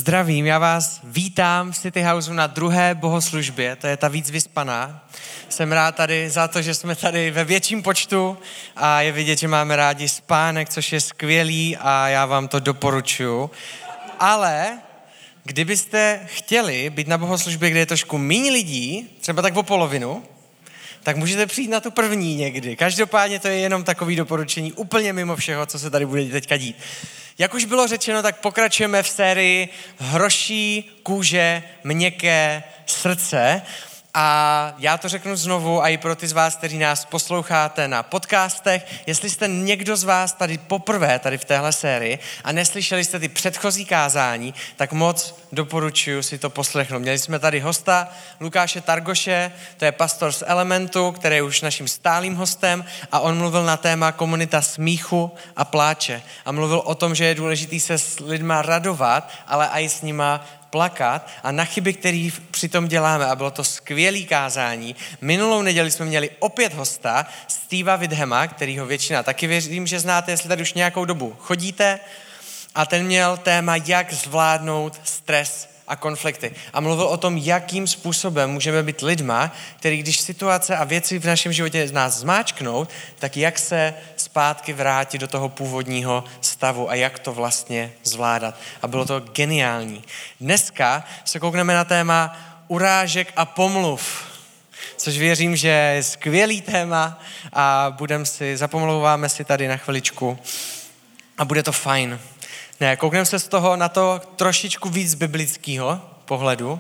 Zdravím, já vás vítám v City Houseu na druhé bohoslužbě, to je ta víc vyspaná. Jsem rád tady za to, že jsme tady ve větším počtu a je vidět, že máme rádi spánek, což je skvělý a já vám to doporučuju. Ale kdybyste chtěli být na bohoslužbě, kde je trošku méně lidí, třeba tak o polovinu, tak můžete přijít na tu první někdy. Každopádně to je jenom takový doporučení úplně mimo všeho, co se tady bude teďka dít. Jak už bylo řečeno, tak pokračujeme v sérii Hroší kůže, měkké srdce. A já to řeknu znovu a i pro ty z vás, kteří nás posloucháte na podcastech. Jestli jste někdo z vás tady poprvé tady v téhle sérii a neslyšeli jste ty předchozí kázání, tak moc doporučuji si to poslechnout. Měli jsme tady hosta Lukáše Targoše, to je pastor z Elementu, který je už naším stálým hostem a on mluvil na téma komunita smíchu a pláče. A mluvil o tom, že je důležitý se s lidma radovat, ale i s nima plakat a na chyby, které přitom děláme. A bylo to skvělý kázání. Minulou neděli jsme měli opět hosta, Steva Widhama, kterýho většina taky věřím, že znáte, jestli tady už nějakou dobu chodíte. A ten měl téma, jak zvládnout stres a konflikty. A mluvil o tom, jakým způsobem můžeme být lidma, který když situace a věci v našem životě z nás zmáčknou, tak jak se zpátky vrátit do toho původního stavu a jak to vlastně zvládat. A bylo to geniální. Dneska se koukneme na téma urážek a pomluv, což věřím, že je skvělý téma a zapomlouváme si tady na chviličku a bude to fajn. Ne, koukneme se z toho na to trošičku víc biblického pohledu.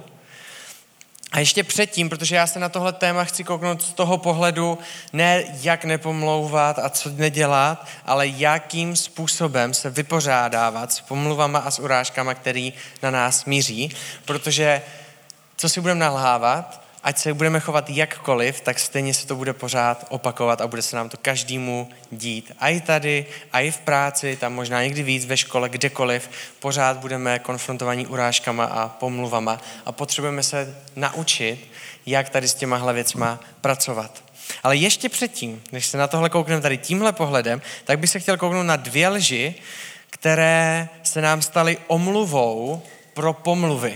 A ještě předtím, protože já se na tohle téma chci kouknout z toho pohledu, ne jak nepomlouvat a co nedělat, ale jakým způsobem se vypořádávat s pomluvama a s urážkama, který na nás míří. Protože co si budeme nalhávat, ať se budeme chovat jakkoliv, tak stejně se to bude pořád opakovat a bude se nám to každému dít. A i tady, a i v práci, tam možná někdy víc, ve škole, kdekoliv, pořád budeme konfrontovaní urážkama a pomluvama a potřebujeme se naučit, jak tady s těmahle věcma pracovat. Ale ještě předtím, než se na tohle koukneme tady tímhle pohledem, tak bych se chtěl kouknout na 2 lži, které se nám staly omluvou pro pomluvy.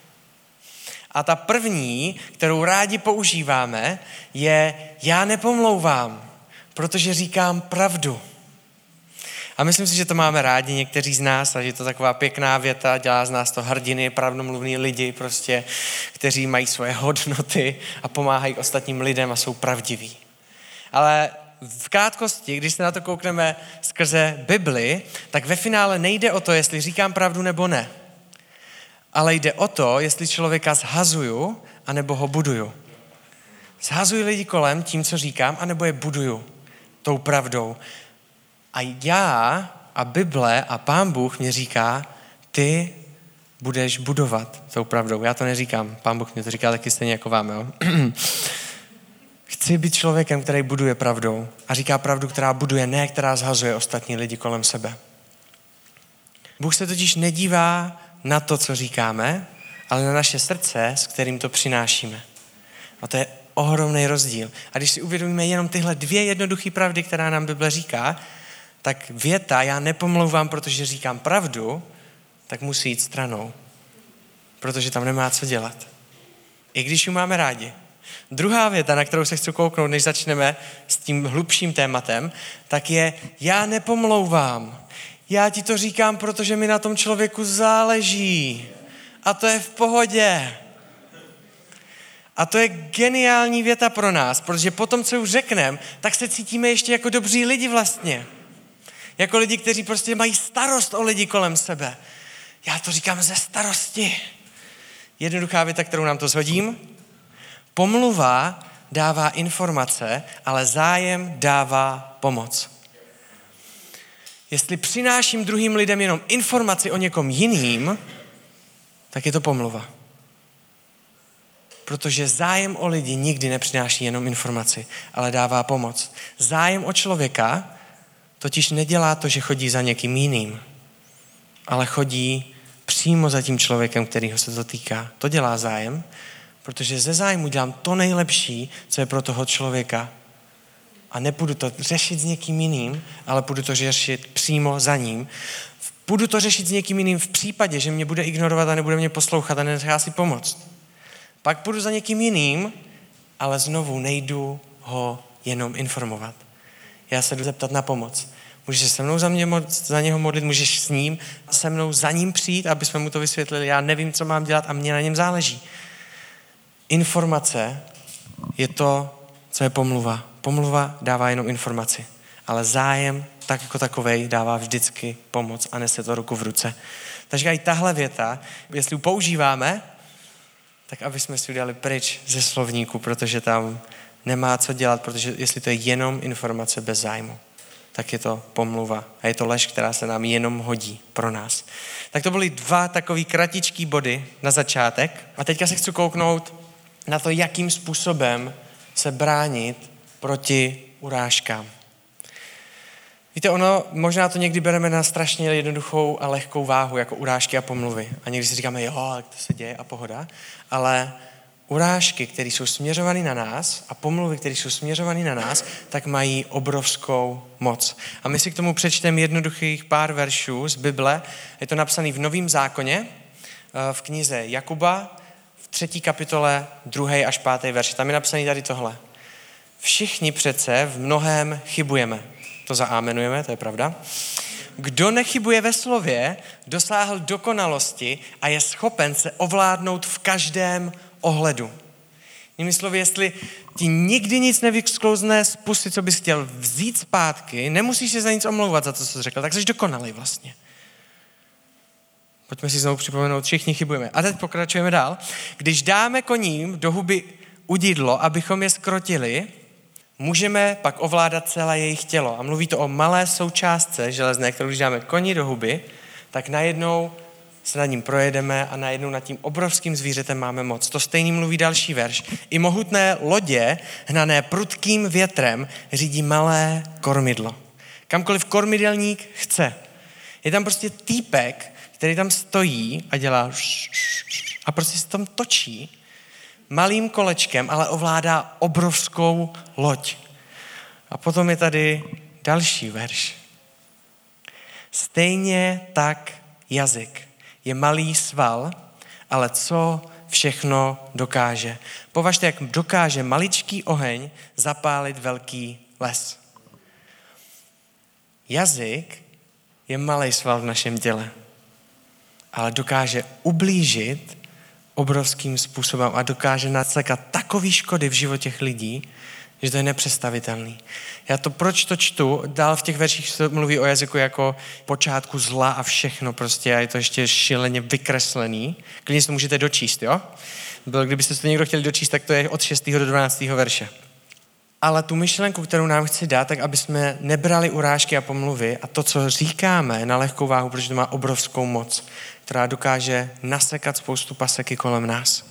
A ta první, kterou rádi používáme, je já nepomlouvám, protože říkám pravdu. A myslím si, že to máme rádi někteří z nás a že je to taková pěkná věta, dělá z nás to hrdiny, pravdomluvní lidi prostě, kteří mají svoje hodnoty a pomáhají ostatním lidem a jsou pravdiví. Ale v krátkosti, když se na to koukneme skrze Bibli, tak ve finále nejde o to, jestli říkám pravdu nebo ne. Ale jde o to, jestli člověka zhazuju, anebo ho buduju. Zhazuji lidi kolem tím, co říkám, anebo je buduju tou pravdou. A já a Bible a Pán Bůh mě říká, ty budeš budovat tou pravdou. Já to neříkám, Pán Bůh mě to říká taky stejně jako vám. Jo? Chci být člověkem, který buduje pravdou a říká pravdu, která buduje, ne která zhazuje ostatní lidi kolem sebe. Bůh se totiž nedívá na to, co říkáme, ale na naše srdce, s kterým to přinášíme. A to je ohromný rozdíl. A když si uvědomíme jenom tyhle 2 jednoduché pravdy, která nám Bible říká, tak věta, já nepomlouvám, protože říkám pravdu, tak musí jít stranou. Protože tam nemá co dělat. I když ji máme rádi. Druhá věta, na kterou se chci kouknout, než začneme s tím hlubším tématem, tak je já nepomlouvám. Já ti to říkám, protože mi na tom člověku záleží. A to je v pohodě. A to je geniální věta pro nás, protože potom, co už řekneme, tak se cítíme ještě jako dobří lidi vlastně. Jako lidi, kteří prostě mají starost o lidi kolem sebe. Já to říkám ze starosti. Jednoduchá věta, kterou nám to shodím. Pomluva dává informace, ale zájem dává pomoc. Jestli přináším druhým lidem jenom informaci o někom jiným, tak je to pomluva. Protože zájem o lidi nikdy nepřináší jenom informaci, ale dává pomoc. Zájem o člověka totiž nedělá to, že chodí za někým jiným, ale chodí přímo za tím člověkem, kterýho se to týká. To dělá zájem, protože ze zájmu dělám to nejlepší, co je pro toho člověka. A nepůjdu to řešit s někým jiným, ale půjdu to řešit přímo za ním. Půjdu to řešit s někým jiným v případě, že mě bude ignorovat a nebude mě poslouchat a nenechá si pomoct. Pak půjdu za někým jiným, ale znovu nejdu ho jenom informovat. Já se jdu zeptat na pomoc. Můžeš se mnou za něho modlit, můžeš s ním, se mnou za ním přijít, aby jsme mu to vysvětlili. Já nevím, co mám dělat a mě na něm záleží. Informace je to, co je pomluva. Pomluva dává jenom informaci, ale zájem tak jako takovej dává vždycky pomoc a nese to ruku v ruce. Takže i tahle věta, jestli ji používáme, tak aby jsme si ji dali pryč ze slovníku, protože tam nemá co dělat, protože jestli to je jenom informace bez zájmu, tak je to pomluva a je to lež, která se nám jenom hodí pro nás. Tak to byly 2 takový kratičký body na začátek a teďka se chci kouknout na to, jakým způsobem se bránit proti urážkám. Víte, možná to někdy bereme na strašně jednoduchou a lehkou váhu, jako urážky a pomluvy. A někdy si říkáme, jo, to se děje a pohoda. Ale urážky, které jsou směřovány na nás a pomluvy, které jsou směřovány na nás, tak mají obrovskou moc. A my si k tomu přečteme jednoduchých pár veršů z Bible. Je to napsané v Novém zákoně, v knize Jakuba, v 3. kapitole 2. až 5. verš. Tam je napsané tady tohle. Všichni přece v mnohém chybujeme. To zaámenujeme, to je pravda. Kdo nechybuje ve slově, dosáhl dokonalosti a je schopen se ovládnout v každém ohledu. Jinými slovy, jestli ti nikdy nic nevysklouzne z pusy, co bys chtěl vzít zpátky, nemusíš se za nic omlouvat za to, co jsi řekl, tak jsi dokonalý vlastně. Pojďme si znovu připomenout, všichni chybujeme. A teď pokračujeme dál. Když dáme koním do huby udidlo, abychom je skrotili, můžeme pak ovládat celé jejich tělo. A mluví to o malé součástce železné, kterou když dáme koni do huby, tak najednou se nad ním projedeme a najednou nad tím obrovským zvířetem máme moc. To stejný mluví další verš. I mohutné lodě, hnané prudkým větrem, řídí malé kormidlo. Kamkoliv kormidelník chce. Je tam prostě týpek, který tam stojí a dělá a prostě se tam točí malým kolečkem, ale ovládá obrovskou loď. A potom je tady další verš. Stejně tak jazyk je malý sval, ale co všechno dokáže. Považte, jak dokáže maličký oheň zapálit velký les. Jazyk je malý sval v našem těle, ale dokáže ublížit obrovským způsobem a dokáže nasekat takový škody v životě lidí, že to je nepředstavitelný. Proč to čtu? Dál v těch verších se mluví o jazyku jako počátku zla a všechno prostě a je to ještě šíleně vykreslený. Klidně si to můžete dočíst, jo? Kdybyste to někdo chtěli dočíst, tak to je od 6. do 12. verše. Ale tu myšlenku, kterou nám chci dát, tak aby jsme nebrali urážky a pomluvy a to, co říkáme, na lehkou váhu, protože to má obrovskou moc, která dokáže nasekat spoustu paseky kolem nás.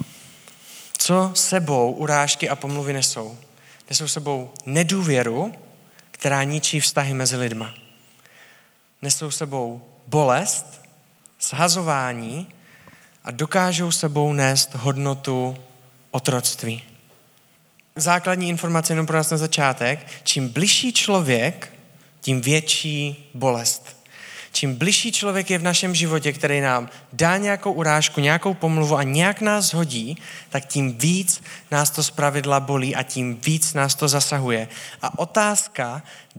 Co sebou urážky a pomluvy nesou? Nesou sebou nedůvěru, která ničí vztahy mezi lidma. Nesou sebou bolest, shazování a dokážou sebou nést hodnotu otroctví. Základní informace jenom pro nás na začátek. Čím bližší člověk, tím větší bolest. Čím bližší člověk je v našem životě, který nám dá nějakou urážku, nějakou pomluvu a nějak nás hodí, tak tím víc nás to zpravidla bolí a tím víc nás to zasahuje. A otázka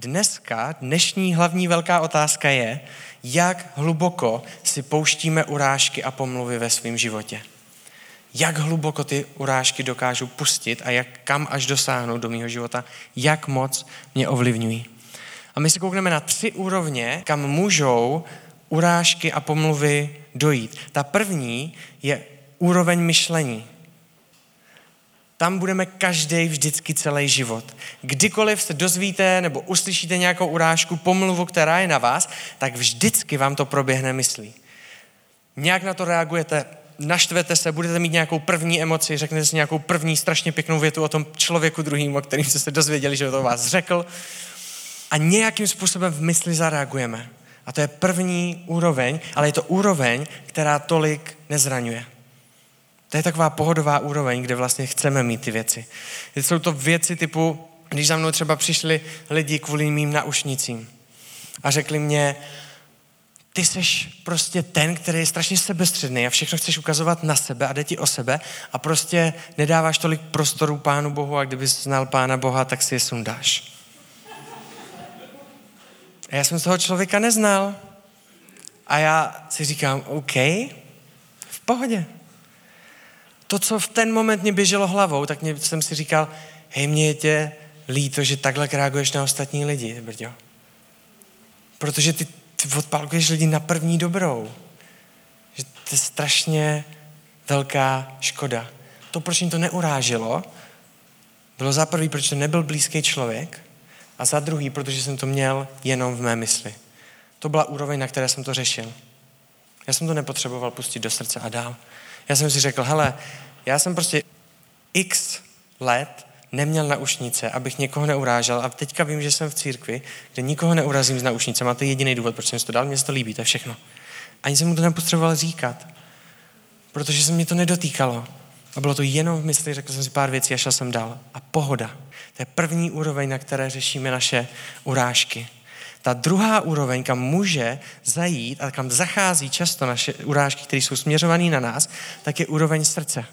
dnešní hlavní velká otázka je, jak hluboko si pouštíme urážky a pomluvy ve svém životě. Jak hluboko ty urážky dokážu pustit a kam až dosáhnou do mého života, jak moc mě ovlivňují. A my se koukneme na 3 úrovně, kam můžou urážky a pomluvy dojít. Ta první je úroveň myšlení. Tam budeme každý vždycky celý život. Kdykoliv se dozvíte nebo uslyšíte nějakou urážku, pomluvu, která je na vás, tak vždycky vám to proběhne myslí. Nějak na to reagujete, naštvete se, budete mít nějakou první emoci, řeknete si nějakou první strašně pěknou větu o tom člověku druhým, o kterým jste se dozvěděli, že to vás řekl. A nějakým způsobem v mysli zareagujeme. A to je první úroveň, ale je to úroveň, která tolik nezraňuje. To je taková pohodová úroveň, kde vlastně chceme mít ty věci. Jsou to věci typu, když za mnou třeba přišli lidi kvůli mým naušnicím a řekli mě, ty seš prostě ten, který je strašně sebestředný a všechno chceš ukazovat na sebe a jde ti o sebe a prostě nedáváš tolik prostoru Pánu Bohu a kdybys znal Pána Boha, tak si je sundáš. A já jsem toho člověka neznal. A já si říkám, OK, v pohodě. To, co v ten moment mě běželo hlavou, tak jsem si říkal, hej, mně je tě líto, že takhle reaguješ na ostatní lidi, brďo. Protože ty odpálkuješ lidi na první dobrou. Že to je strašně velká škoda. To, proč mě to neuráželo, bylo za prvý, protože to nebyl blízký člověk a za druhý, protože jsem to měl jenom v mé mysli. To byla úroveň, na které jsem to řešil. Já jsem to nepotřeboval pustit do srdce a dál. Já jsem si řekl, hele, já jsem prostě x let neměl naušnice, abych někoho neurážel a teďka vím, že jsem v církvi, kde nikoho neurazím s naušnicemi a to je jediný důvod, proč jsem si to dal, mně se to líbí, to je všechno. Ani jsem mu to nepotřeboval říkat, protože se mě to nedotýkalo. A bylo to jenom v mysli, řekl jsem si pár věcí a šel jsem dál. A pohoda. To je první úroveň, na které řešíme naše urážky. Ta druhá úroveň, kam může zajít a kam zachází často naše urážky, které jsou směřované na nás, tak je úroveň srdce.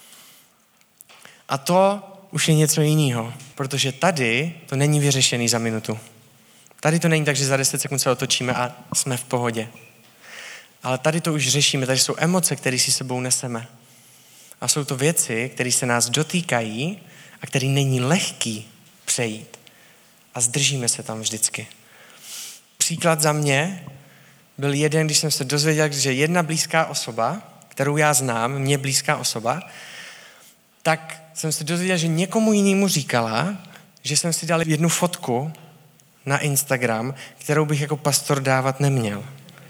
A to už je něco jiného, protože tady to není vyřešený za minutu. Tady to není tak, že za 10 sekund se otočíme a jsme v pohodě. Ale tady to už řešíme, tady jsou emoce, které si sebou neseme. A jsou to věci, které se nás dotýkají a které není lehký přejít. A zdržíme se tam vždycky. Příklad za mě byl jeden, když jsem se dozvěděl, že jedna blízká osoba, kterou já znám, mě blízká osoba, tak jsem se dozvěděl, že někomu jinému říkala, že jsem si dal jednu fotku na Instagram, kterou bych jako pastor dávat neměl.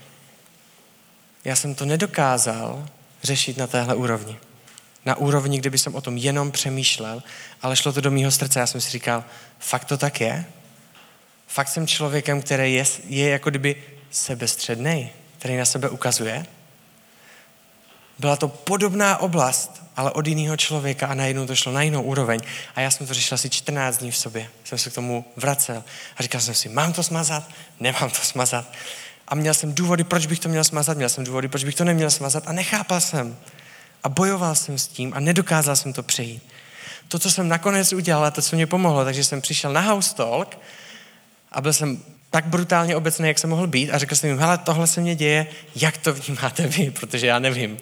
Já jsem to nedokázal řešit na téhle úrovni. Na úrovni, kdyby jsem o tom jenom přemýšlel, ale šlo to do mýho srdce. Já jsem si říkal, fakt to tak je? Fakt jsem člověkem, který je jako kdyby sebestřednej, který na sebe ukazuje? Byla to podobná oblast, ale od jiného člověka a najednou to šlo na jinou úroveň. A já jsem to řešil asi 14 dní v sobě. Jsem se k tomu vracel a říkal jsem si, mám to smazat? Nemám to smazat. A měl jsem důvody, proč bych to měl smazat, měl jsem důvody, proč bych to neměl smazat a nechápal jsem. A bojoval jsem s tím a nedokázal jsem to přejít. To, co jsem nakonec udělal a to, co mě pomohlo, takže jsem přišel na House Talk a byl jsem tak brutálně obecný, jak jsem mohl být a řekl jsem jim, hele, tohle se mně děje, jak to vnímáte vy, protože já nevím.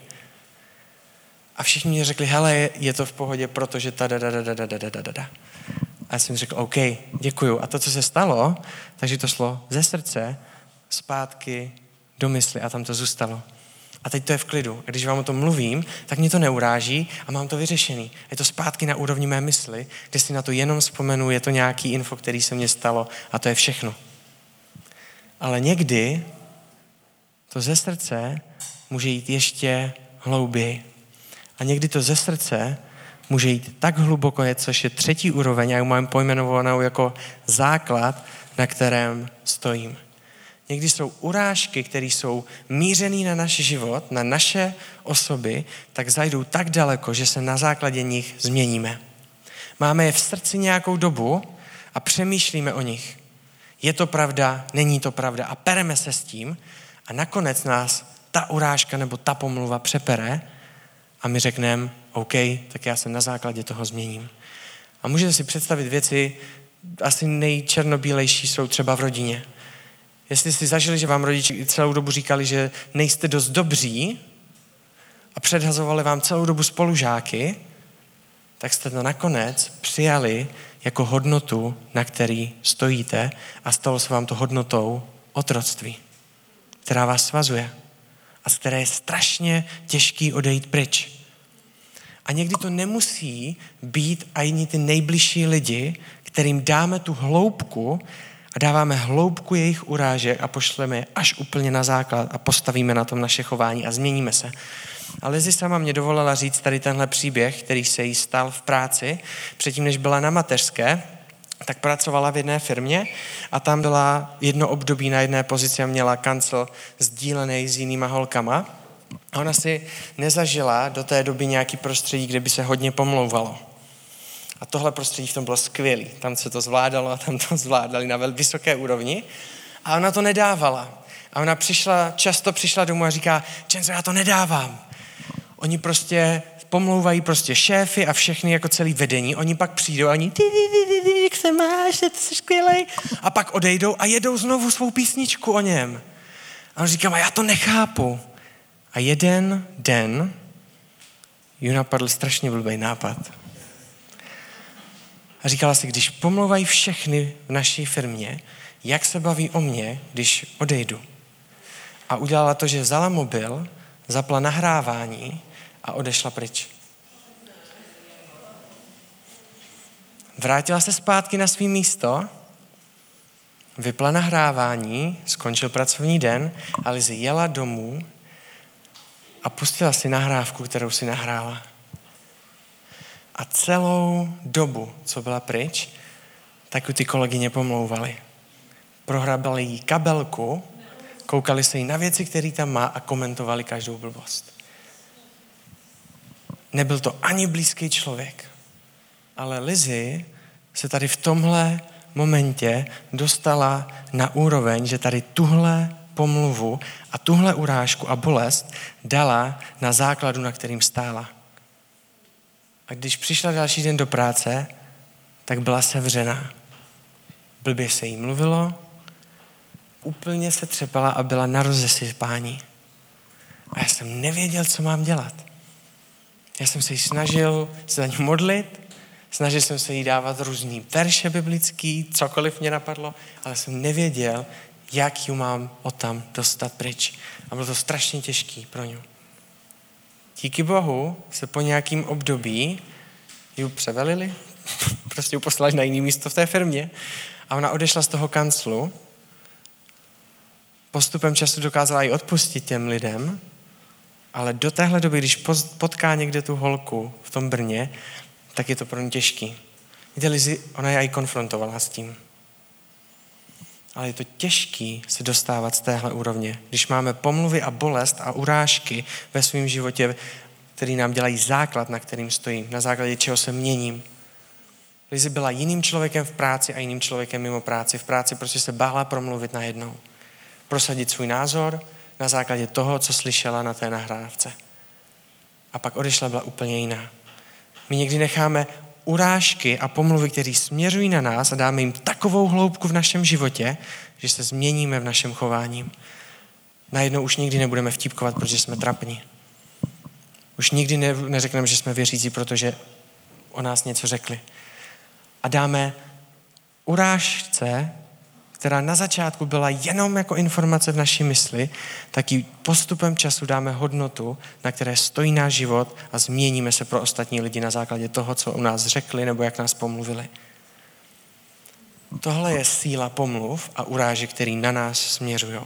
A všichni mi řekli, hele, je to v pohodě, protože A já jsem řekl, OK, děkuju. A to, co se stalo, takže to šlo ze srdce zpátky do mysli a tam to zůstalo. A teď to je v klidu. A když vám o tom mluvím, tak mě to neuráží a mám to vyřešený. Je to zpátky na úrovni mé mysli, kde si na to jenom vzpomenu, je to nějaký info, který se mně stalo a to je všechno. Ale někdy to ze srdce může jít ještě hlouběji. A někdy to ze srdce může jít tak hluboko, což je třetí úroveň, já ji mám pojmenovanou jako základ, na kterém stojím. Někdy jsou urážky, které jsou mířené na náš život, na naše osoby, tak zajdou tak daleko, že se na základě nich změníme. Máme je v srdci nějakou dobu a přemýšlíme o nich. Je to pravda, není to pravda a pereme se s tím a nakonec nás ta urážka nebo ta pomluva přepere a my řekneme, OK, tak já se na základě toho změním. A můžete si představit věci, asi nejčernobílejší jsou třeba v rodině. Jestli jste zažili, že vám rodiče celou dobu říkali, že nejste dost dobří a předhazovali vám celou dobu spolužáky, tak jste to nakonec přijali jako hodnotu, na který stojíte a stalo se vám to hodnotou otroctví, která vás svazuje a z které je strašně těžký odejít pryč. A někdy to nemusí být ani ty nejbližší lidi, kterým dáme tu hloubku a dáváme hloubku jejich urážek a pošleme je až úplně na základ a postavíme na tom naše chování a změníme se. A Lizy sama mě dovolila říct tady tenhle příběh, který se jí stal v práci. Předtím, než byla na mateřské, tak pracovala v jedné firmě a tam byla jedno období na jedné pozici a měla kancel sdílený s jinýma holkama. A ona si nezažila do té doby nějaký prostředí, kde by se hodně pomlouvalo. A tohle prostředí v tom bylo skvělý. Tam se to zvládalo a tam to zvládali na vysoké úrovni. A ona to nedávala. A ona často přišla domů a říká, Čenzo, já to nedávám. Oni prostě pomlouvají prostě šéfy a všechny jako celý vedení. Oni pak přijdou a oni, jak se máš, ty jsi skvělej. A pak odejdou a jedou znovu svou písničku o něm. A on říká, já to nechápu. A jeden den ju napadl strašně blbý nápad. A říkala si, když pomlouvají všechny v naší firmě, jak se baví o mě, když odejdu. A udělala to, že vzala mobil, zapla nahrávání a odešla pryč. Vrátila se zpátky na svý místo, vypla nahrávání, skončil pracovní den a Lizzy jela domů a pustila si nahrávku, kterou si nahrála. A celou dobu, co byla pryč, tak ty kolegyně pomlouvali. Prohrabali jí kabelku, koukali se jí na věci, které tam má a komentovali každou blbost. Nebyl to ani blízký člověk, ale Lizzy se tady v tomhle momentě dostala na úroveň, že tady tuhle pomluvu a tuhle urážku a bolest dala na základu, na kterým stála. A když přišla další den do práce, tak byla sevřená. Blbě se jí mluvilo, úplně se třepala a byla na rozesypání. A já jsem nevěděl, co mám dělat. Já jsem se jí snažil se za ní modlit, snažil jsem se jí dávat různý verše biblický, cokoliv mě napadlo, ale jsem nevěděl, jak ji mám odtam dostat pryč. A bylo to strašně těžký pro ňu. Díky Bohu se po nějakým období ji převelili, prostě ji poslali na jiné místo v té firmě a ona odešla z toho kanclu. Postupem času dokázala i odpustit těm lidem, ale do téhle doby, když potká někde tu holku v tom Brně, tak je to pro ně těžký. Víte, Lizzy, ona je i konfrontovala s tím. Ale je to těžký se dostávat z téhle úrovně. Když máme pomluvy a bolest a urážky ve svém životě, který nám dělají základ, na kterým stojím, na základě čeho se měním. Lizzy byla jiným člověkem v práci a jiným člověkem mimo práci. V práci prostě se bála promluvit najednou. Prosadit svůj názor na základě toho, co slyšela na té nahrávce. A pak odešla, byla úplně jiná. My někdy necháme urážky a pomluvy, které směřují na nás a dáme jim takovou hloubku v našem životě, že se změníme v našem chování. Najednou už nikdy nebudeme vtípkovat, protože jsme trapní. Už nikdy neřekneme, že jsme věřící, protože o nás něco řekli. A dáme urážce, která na začátku byla jenom jako informace v naší mysli, tak ji postupem času dáme hodnotu, na které stojí náš život a změníme se pro ostatní lidi na základě toho, co u nás řekli nebo jak nás pomluvili. Tohle je síla pomluv a urážek, který na nás směřují.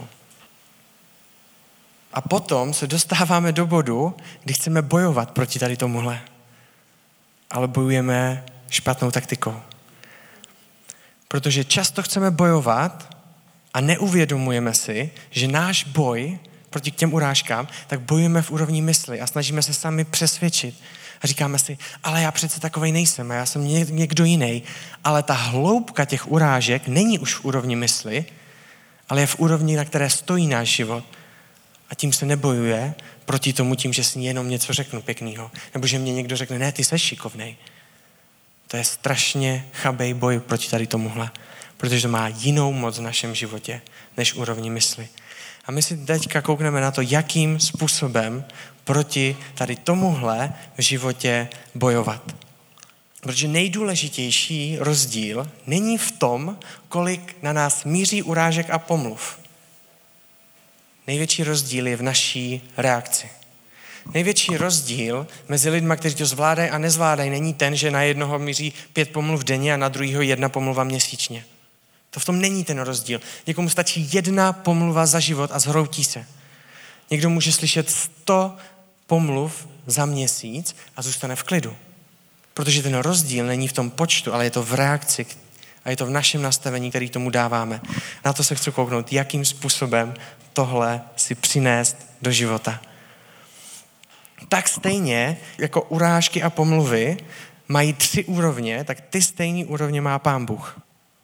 A potom se dostáváme do bodu, kdy chceme bojovat proti tady tomuhle. Ale bojujeme špatnou taktikou. Protože často chceme bojovat a neuvědomujeme si, že náš boj proti těm urážkám, tak bojujeme v úrovni mysli a snažíme se sami přesvědčit. A říkáme si, ale já přece takovej nejsem a já jsem někdo jiný. Ale ta hloubka těch urážek není už v úrovni mysli, ale je v úrovni, na které stojí náš život. A tím se nebojuje proti tomu tím, že si jenom něco řeknu pěknýho. Nebo že mě někdo řekne, ne, ty jsi šikovnej. To je strašně chabej boj proti tady tomuhle, protože to má jinou moc v našem životě, než úrovni mysli. A my si teďka koukneme na to, jakým způsobem proti tady tomuhle v životě bojovat. Protože nejdůležitější rozdíl není v tom, kolik na nás míří urážek a pomluv. Největší rozdíl je v naší reakci. Největší rozdíl mezi lidmi, kteří to zvládají a nezvládají, není ten, že na jednoho míří 5 pomluv denně a na druhého 1 pomluva měsíčně. To v tom není ten rozdíl. Někomu stačí 1 pomluva za život a zhroutí se. Někdo může slyšet 100 pomluv za měsíc a zůstane v klidu. Protože ten rozdíl není v tom počtu, ale je to v reakci a je to v našem nastavení, který tomu dáváme. Na to se chci kouknout, jakým způsobem tohle si přinést do života. Tak stejně jako urážky a pomluvy mají 3 úrovně, tak ty stejné úrovně má Pán Bůh.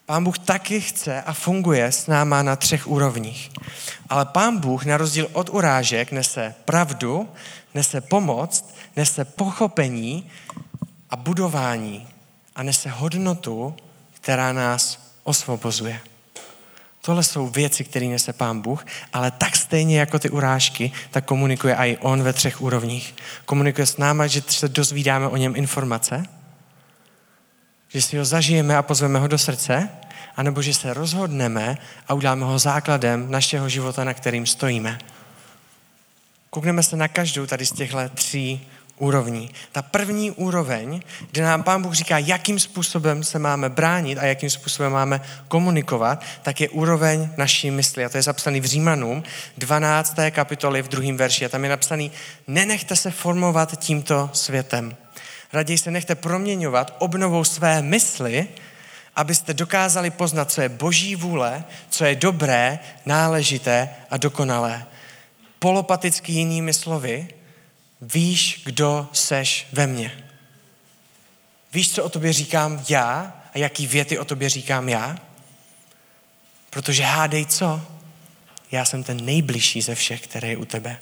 Pán Bůh taky chce a funguje s náma na 3 úrovních. Ale Pán Bůh na rozdíl od urážek nese pravdu, nese pomoc, nese pochopení a budování a nese hodnotu, která nás osvobozuje. Tohle jsou věci, které nese Pán Bůh, ale tak stejně jako ty urážky, tak komunikuje i on ve 3 úrovních. Komunikuje s náma, že se dozvídáme o něm informace, že si ho zažijeme a pozveme ho do srdce, anebo že se rozhodneme a uděláme ho základem našeho života, na kterým stojíme. Koukneme se na každou tady z těchto 3 úrovní. Ta první úroveň, kde nám Pán Bůh říká, jakým způsobem se máme bránit a jakým způsobem máme komunikovat, tak je úroveň naší mysli. A to je zapsaný v Římanům 12. kapitoli v 2. verši. A tam je napsaný, nenechte se formovat tímto světem. Raději se nechte proměňovat obnovou své mysli, abyste dokázali poznat, co je Boží vůle, co je dobré, náležité a dokonalé. Polopaticky jinými slovy, víš, kdo seš ve mně. Víš, co o tobě říkám já a jaký věty o tobě říkám já? Protože hádej co? Já jsem ten nejbližší ze všech, který je u tebe.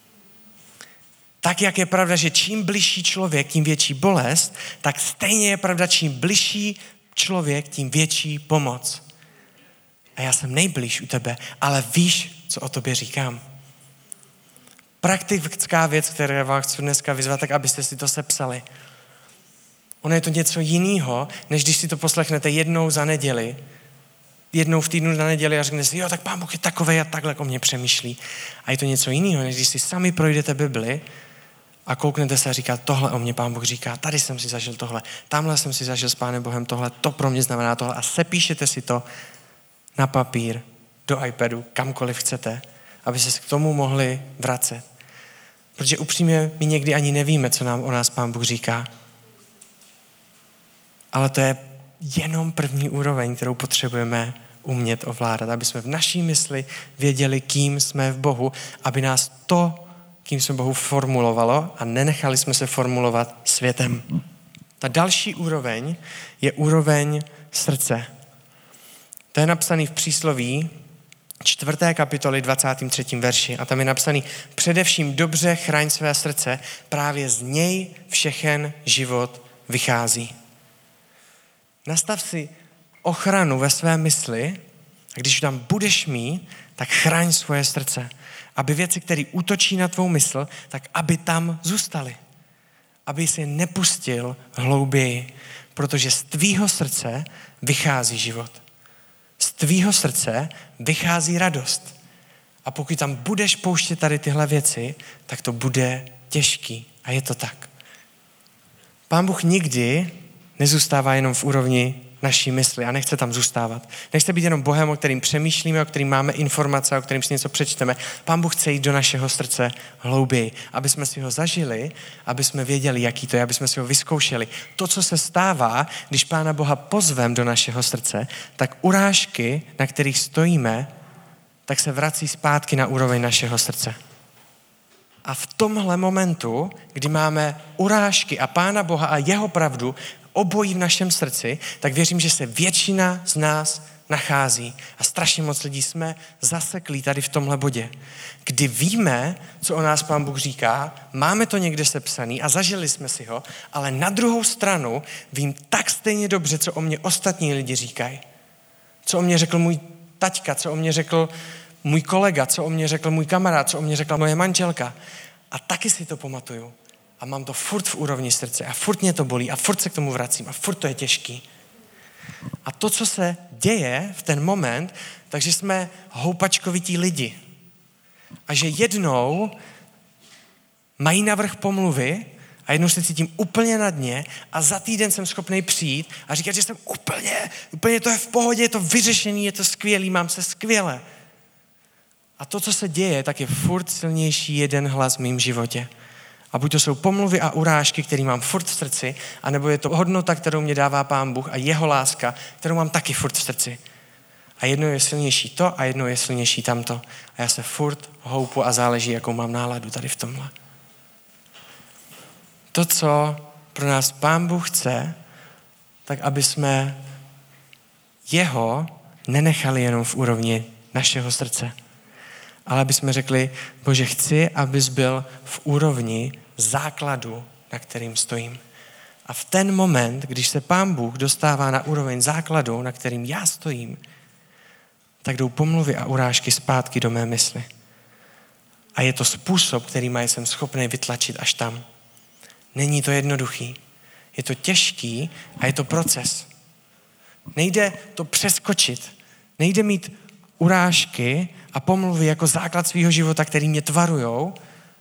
Tak, jak je pravda, že čím bližší člověk, tím větší bolest, tak stejně je pravda, čím bližší člověk, tím větší pomoc. A já jsem nejblíž u tebe, ale víš, co o tobě říkám. Praktická věc, kterou vám chci dneska vyzvat, tak abyste si to sepsali. Ono je to něco jiného, než když si to poslechnete jednou za neděli, jednou v týdnu na neděli a řeknete si, jo, tak Pán Bůh je takovej a takhle o mě přemýšlí. A je to něco jiného, než když si sami projdete Bibli a kouknete se a říkáte, tohle o mě Pán Bůh říká, tady jsem si zažil tohle, tamhle jsem si zažil s Pánem Bohem tohle, to pro mě znamená tohle a sepíšete si to na papír, do iPadu, kamkoliv chcete, aby se k tomu mohli vracet. Protože upřímně my někdy ani nevíme, co nám o nás Pán Bůh říká. Ale to je jenom první úroveň, kterou potřebujeme umět ovládat, aby jsme v naší mysli věděli, kým jsme v Bohu, aby nás to, kým jsme Bohu formulovalo a nenechali jsme se formulovat světem. Ta další úroveň je úroveň srdce. To je napsaný v přísloví 4. kapitoly 23. verši a tam je napsaný především dobře chraň své srdce, právě z něj všechen život vychází. Nastav si ochranu ve své mysli a když tam budeš mít, tak chraň svoje srdce. Aby věci, které útočí na tvou mysl, tak aby tam zůstaly. Aby si je nepustil hlouběji, protože z tvýho srdce vychází život. Z tvýho srdce vychází radost. A pokud tam budeš pouštět tady tyhle věci, tak to bude těžký. A je to tak. Pán Bůh nikdy nezůstává jenom v úrovni naší mysli a nechce tam zůstávat. Nechce být jenom Bohem, o kterým přemýšlíme, o kterým máme informace, o kterým si něco přečteme. Pán Bůh chce jít do našeho srdce hlouběji, aby jsme si ho zažili, aby jsme věděli, jaký to je, aby jsme si ho vyzkoušeli. To, co se stává, když Pána Boha pozvem do našeho srdce, tak urážky, na kterých stojíme, tak se vrací zpátky na úroveň našeho srdce. A v tomhle momentu, kdy máme urážky a Pána Boha a jeho pravdu obojí v našem srdci, tak věřím, že se většina z nás nachází. A strašně moc lidí jsme zaseklí tady v tomhle bodě. Kdy víme, co o nás Pán Bůh říká, máme to někde sepsaný a zažili jsme si ho, ale na druhou stranu vím tak stejně dobře, co o mě ostatní lidi říkají. Co o mě řekl můj taťka, co o mě řekl můj kolega, co o mě řekl můj kamarád, co o mě řekla moje manželka. A taky si to pamatuju. A mám to furt v úrovni srdce a furt mě to bolí a furt se k tomu vracím a furt to je těžký. A to, co se děje v ten moment, takže jsme houpačkovití lidi. A že jednou mají navrch pomluvy a jednou se cítím úplně na dně a za týden jsem schopný přijít a říkat, že jsem úplně to je v pohodě, je to vyřešený, je to skvělý, mám se skvěle. A to, co se děje, tak je furt silnější jeden hlas v mém životě. A buď to jsou pomluvy a urážky, které mám furt v srdci, anebo je to hodnota, kterou mě dává Pán Bůh a jeho láska, kterou mám taky furt v srdci. A jednou je silnější to a jednou je silnější tamto. A já se furt houpu a záleží, jakou mám náladu tady v tomhle. To, co pro nás Pán Bůh chce, tak aby jsme jeho nenechali jenom v úrovni našeho srdce, ale aby jsme řekli, Bože, chci, abys byl v úrovni základu, na kterým stojím. A v ten moment, když se Pán Bůh dostává na úroveň základu, na kterým já stojím, tak jdou pomluvy a urážky zpátky do mé mysli. A je to způsob, kterým jsem schopný vytlačit až tam. Není to jednoduchý. Je to těžký a je to proces. Nejde to přeskočit. Nejde mít urážky a pomluvy jako základ svého života, který mě tvarujou,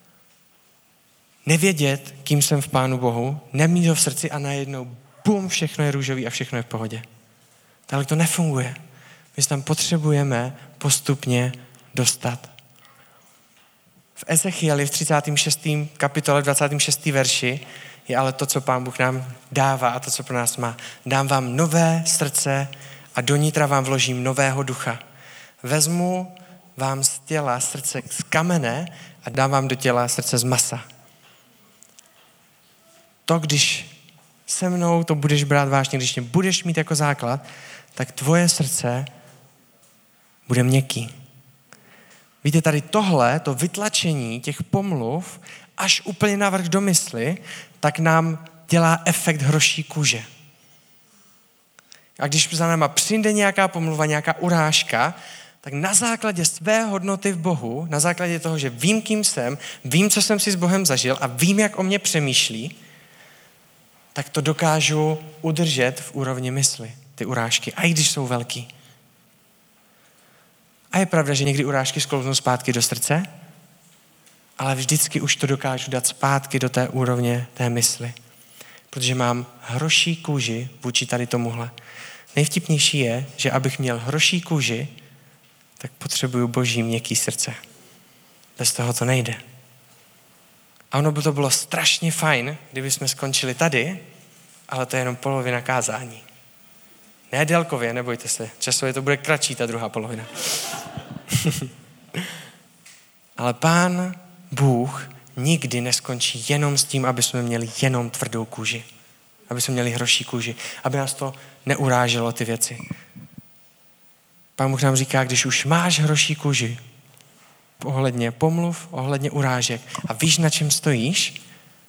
nevědět, kým jsem v Pánu Bohu, nemít ho v srdci a najednou bum, všechno je růžový a všechno je v pohodě. Tak to nefunguje. My se tam potřebujeme postupně dostat. V Ezechieli v 36. kapitole 26. verši je ale to, co Pán Bůh nám dává a to, co pro nás má. Dám vám nové srdce a do nitra vám vložím nového ducha. Vezmu vám z těla srdce z kamene a dám vám do těla srdce z masa. To, když se mnou to budeš brát vážně, když mě budeš mít jako základ, tak tvoje srdce bude měkký. Víte, tady tohle, to vytlačení těch pomluv až úplně navrch do mysli, tak nám dělá efekt hroší kůže. A když za náma přijde nějaká pomluva, nějaká urážka, tak na základě své hodnoty v Bohu, na základě toho, že vím, kým jsem, vím, co jsem si s Bohem zažil a vím, jak o mě přemýšlí, tak to dokážu udržet v úrovni mysli, ty urážky, i když jsou velký. A je pravda, že někdy urážky sklouznou zpátky do srdce, ale vždycky už to dokážu dát zpátky do té úrovně té mysli. Protože mám hroší kůži vůči tady tomuhle. Nejvtipnější je, že abych měl hroší kůži, tak potřebuju Boží měkký srdce. Bez toho to nejde. A ono by to bylo strašně fajn, kdyby jsme skončili tady, ale to je jenom polovina kázání. Ne délkově, nebojte se. Časově to bude kratší, ta druhá polovina. Ale Pán Bůh nikdy neskončí jenom s tím, aby jsme měli jenom tvrdou kůži. Aby jsme měli hroší kůži. Aby nás to neuráželo ty věci. Pán Bůh nám říká, když už máš hroší kůži, ohledně pomluv, ohledně urážek a víš, na čem stojíš,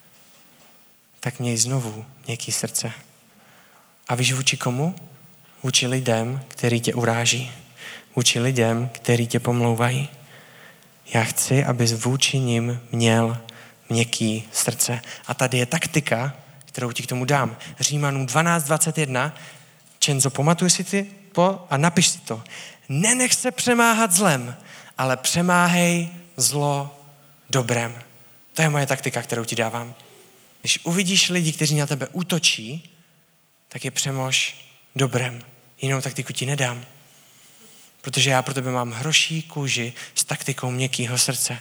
tak měj znovu měkký srdce. A víš vůči komu? Vůči lidem, který tě uráží. Vůči lidem, který tě pomlouvají. Já chci, abys vůči nim měl měkký srdce. A tady je taktika, kterou ti k tomu dám. Římanům 12:21. Čenzo, pamatuj si ty a napiš si to. Nenech se přemáhat zlem, ale přemáhej zlo dobrem. To je moje taktika, kterou ti dávám. Když uvidíš lidi, kteří na tebe útočí, tak je přemož dobrem. Jinou taktiku ti nedám. Protože já pro tebe mám hroší kůži s taktikou měkkýho srdce.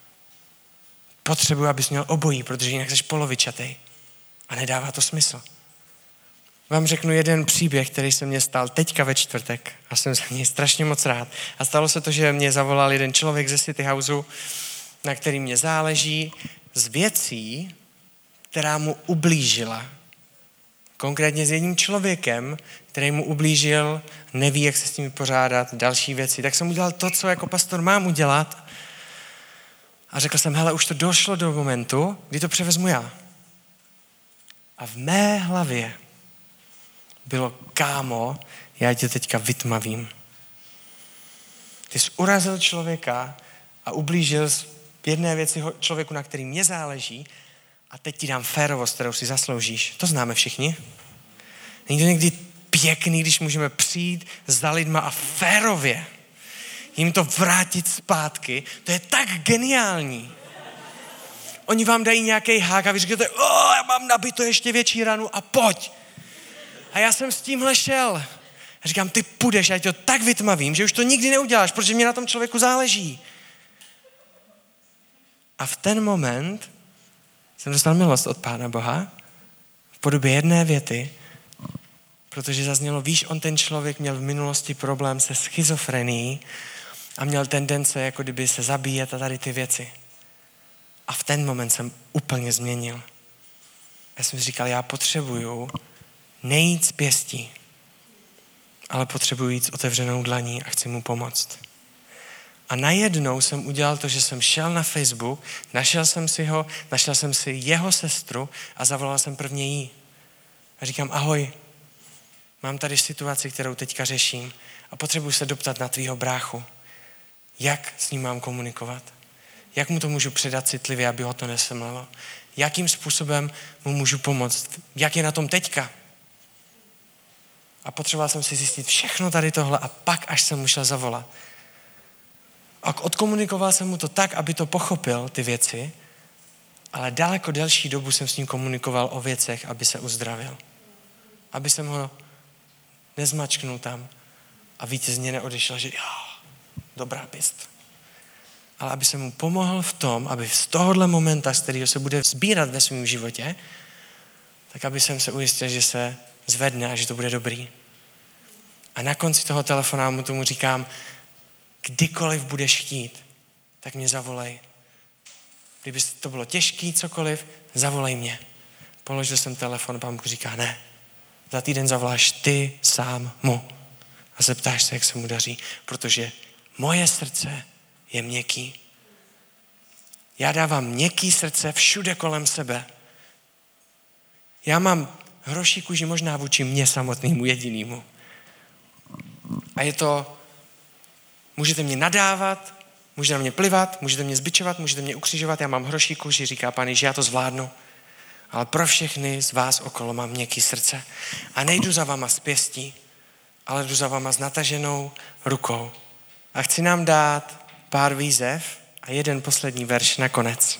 Potřebuji, abys měl obojí, protože jinak jsi polovičatej. A nedává to smysl. Vám řeknu jeden příběh, který se mně stal teďka ve čtvrtek a jsem za něj strašně moc rád. A stalo se to, že mě zavolal jeden člověk ze City Houseu, na který mě záleží, z věcí, která mu ublížila. Konkrétně s jedním člověkem, který mu ublížil, neví, jak se s tím vypořádat, další věci. Tak jsem udělal to, co jako pastor mám udělat. A řekl jsem, hele, už to došlo do momentu, kdy to převezmu já. A v mé hlavě bylo, kámo, já tě teďka vytmavím. Ty jsi urazil člověka a ublížil jedné věci člověku, na který mě záleží, a teď ti dám férovost, kterou si zasloužíš. To známe všichni. Není to někdy pěkný, když můžeme přijít za lidma a férově jim to vrátit zpátky. To je tak geniální. Oni vám dají nějaký hák a vy říkáte, já mám nabito ještě větší ranu a pojď. A já jsem s tímhle šel. A říkám, ty půjdeš, já tě to tak vytmavím, že už to nikdy neuděláš, protože mě na tom člověku záleží. A v ten moment jsem dostal milost od Pána Boha v podobě jedné věty, protože zaznělo, víš, on ten člověk měl v minulosti problém se schizofrenií a měl tendence jako kdyby se zabíjet a tady ty věci. A v ten moment jsem úplně změnil. Já jsem si říkal, já potřebuju nejít z pěstí. ale potřebuji jít s otevřenou dlaní a chci mu pomoct. A najednou jsem udělal to, že jsem šel na Facebook, našel jsem si jeho sestru a zavolal jsem prvně jí. A říkám, ahoj, mám tady situaci, kterou teďka řeším a potřebuji se doptat na tvýho bráchu. Jak s ním mám komunikovat? Jak mu to můžu předat citlivě, aby ho to nesemlelo? Jakým způsobem mu můžu pomoct? Jak je na tom teďka? A potřeboval jsem si zjistit všechno tady tohle a pak až jsem mu šel zavolat. A odkomunikoval jsem mu to tak, aby to pochopil, ty věci, ale daleko delší dobu jsem s ním komunikoval o věcech, aby se uzdravil. Aby jsem ho nezmačknul tam a vítězně neodešel, že dobrá pěst. Ale aby jsem mu pomohl v tom, aby z tohohle momenta, z kterého se bude sbírat ve svém životě, tak aby jsem se ujistil, že se zvedne a že to bude dobrý. A na konci toho telefonátu tomu říkám, kdykoliv budeš chtít, tak mě zavolej. Kdyby to bylo těžký, cokoliv, zavolej mě. Položil jsem telefon, pán Bůh říká, ne. Za týden zavoláš ty sám mu a zeptáš se, jak se mu daří, protože moje srdce je měkký. Já dávám měkký srdce všude kolem sebe. Já mám hroší kůži možná vůči mně samotnému jedinému. A je to, můžete mě nadávat, můžete na mě plivat, můžete mě zbičovat, můžete mě ukřižovat, já mám hroší kůži, říká Pán Ježíš, já to zvládnu. Ale pro všechny z vás okolo mám měkký srdce. A nejdu za váma s pěstí, ale jdu za váma s nataženou rukou. A chci nám dát pár výzev a jeden poslední verš nakonec.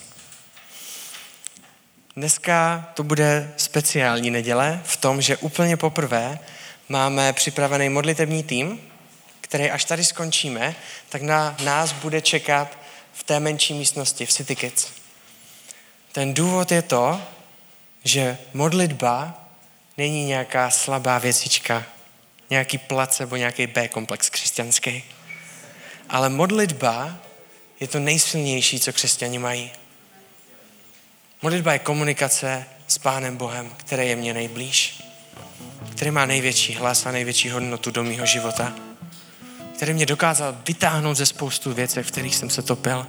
Dneska to bude speciální neděle v tom, že úplně poprvé máme připravený modlitevní tým, který až tady skončíme, tak na nás bude čekat v té menší místnosti, v City Kids. Ten důvod je to, že modlitba není nějaká slabá věcička, nějaký placebo, nějaký B-komplex křesťanský. Ale modlitba je to nejsilnější, co křesťani mají. Modlitba je komunikace s Pánem Bohem, který je mě nejblíž, který má největší hlas a největší hodnotu do mýho života, který mě dokázal vytáhnout ze spoustu věcí, v kterých jsem se topil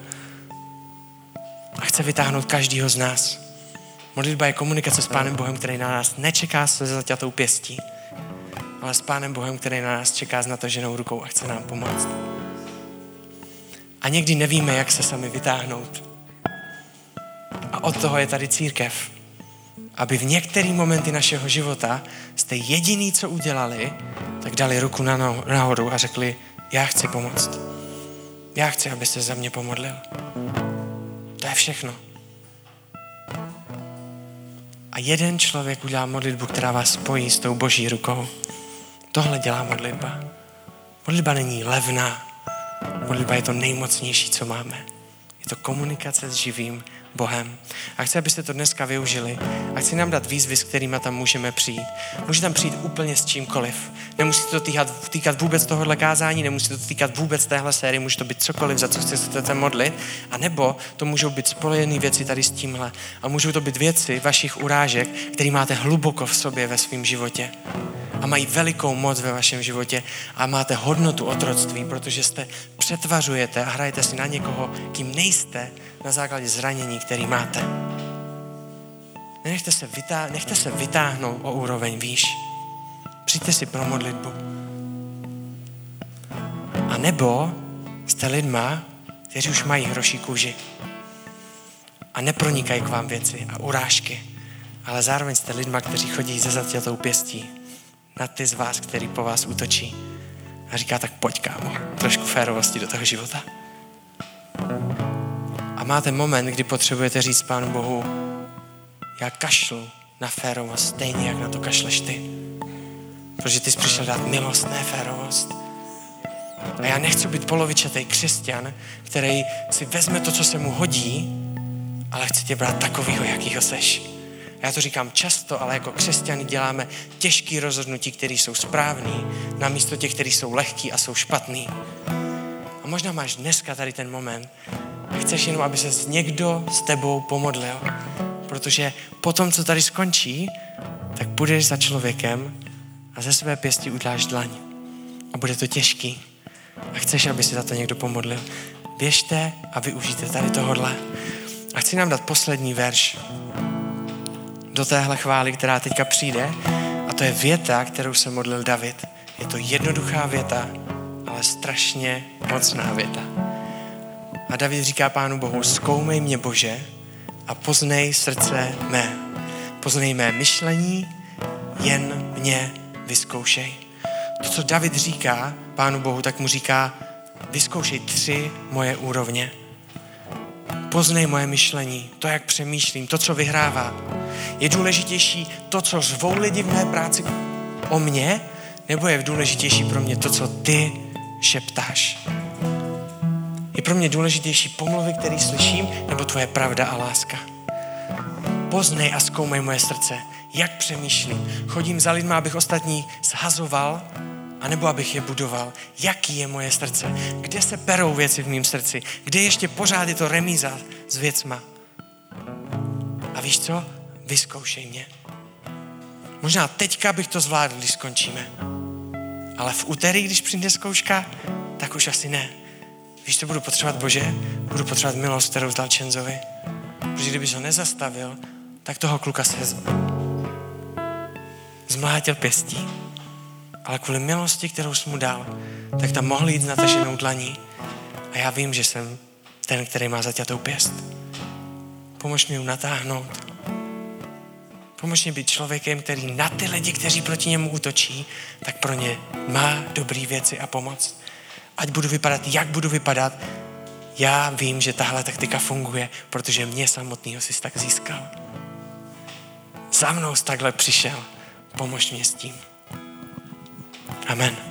a chce vytáhnout každýho z nás. Modlitba je komunikace s Pánem Bohem, který na nás nečeká se zaťatou pěstí, ale s Pánem Bohem, který na nás čeká s nataženou rukou a chce nám pomoct. A někdy nevíme, jak se sami vytáhnout. A od toho je tady církev. Aby v některé momenty našeho života jste jediný, co udělali, tak dali ruku nahoru a řekli, já chci pomoct. Já chci, aby se za mě pomodlil. To je všechno. A jeden člověk udělá modlitbu, která vás spojí s tou Boží rukou. Tohle dělá modlitba. Modlitba není levná. Modlitba je to nejmocnější, co máme. Je to komunikace s živým Bohem. A chci, abyste to dneska využili. A chci nám dát výzvy, s kterými tam můžeme přijít. Můžete tam přijít úplně s čímkoliv. Nemusíte to týkat vůbec tohohle kázání, nemusíte to týkat vůbec téhle série, může to být cokoliv, za co chcete modlit. A nebo to můžou být spojené věci tady s tímhle. A můžou to být věci vašich urážek, které máte hluboko v sobě ve svém životě. A mají velikou moc ve vašem životě a máte hodnotu otroctví, protože jste přetvařujete a hrajete si na někoho, kým nejste na základě zranění, který máte. Nechte se vytáhnout o úroveň výš. Přijďte si pro modlitbu. A nebo jste lidma, kteří už mají hroší kůži a nepronikají k vám věci a urážky, ale zároveň jste lidma, kteří chodí se zaťatou pěstí na ty z vás, který po vás útočí. A říká, tak pojď, kámo, trošku férovosti do toho života. A máte moment, kdy potřebujete říct Pánu Bohu, já kašlu na férovost, stejně jak na to kašleš ty. Protože ty jsi přišel dát milost, ne férovost. A já nechci být polovičatý křesťan, který si vezme to, co se mu hodí, ale chci tě brát takovýho, jakýho seš. Já to říkám často, ale jako křesťani děláme těžké rozhodnutí, které jsou správný, namísto těch, které jsou lehký a jsou špatný. A možná máš dneska tady ten moment a chceš jenom, aby se někdo s tebou pomodlil. Protože potom, co tady skončí, tak půjdeš za člověkem a ze své pěstí uděláš dlaň. a bude to těžký a chceš, aby si za to někdo pomodlil, běžte a využijte tady tohodle. A chci nám dát poslední verš do téhle chvály, která teďka přijde, a to je věta, kterou se modlil David. Je to jednoduchá věta, ale strašně mocná věta. A David říká Pánu Bohu, zkoumej mě, Bože, a poznej srdce mé. Poznej mé myšlení, jen mě vyzkoušej. To, co David říká Pánu Bohu, tak mu říká, vyzkoušej 3 moje úrovně. Poznej moje myšlení, to, jak přemýšlím, to, co vyhrává. Je důležitější to, co řvou lidi v mé práci o mně, nebo je důležitější pro mě to, co ty šeptáš? Je pro mě důležitější pomluvy, které slyším, nebo tvoje pravda a láska? Poznej a zkoumej moje srdce, jak přemýšlím. Chodím za lidma, abych ostatní shazoval, anebo abych je budoval. Jaký je moje srdce? Kde se perou věci v mém srdci? Kde ještě pořád je to remíza s věcma? A víš co? Vyzkoušej mě. Možná teďka bych to zvládl, když skončíme. Ale v úterý, když přijde zkouška, tak už asi ne. Víš, co budu potřebovat, Bože? Budu potřebovat milost, kterou zdal Čenzovi. Protože kdybys ho nezastavil, tak toho kluka se zmlátil pěstí. Ale kvůli milosti, kterou jsi mu dal, tak tam mohl jít s nataženou dlaní. A já vím, že jsem ten, který má zaťatou pěst. Pomož mi ju natáhnout. Pomož mi být člověkem, který na ty lidi, kteří proti němu útočí, tak pro ně má dobrý věci a pomoc. Ať budu vypadat, jak budu vypadat, já vím, že tahle taktika funguje, protože mě samotného jsi tak získal. Za mnou jsi takhle přišel. Pomož mě s tím. Amen.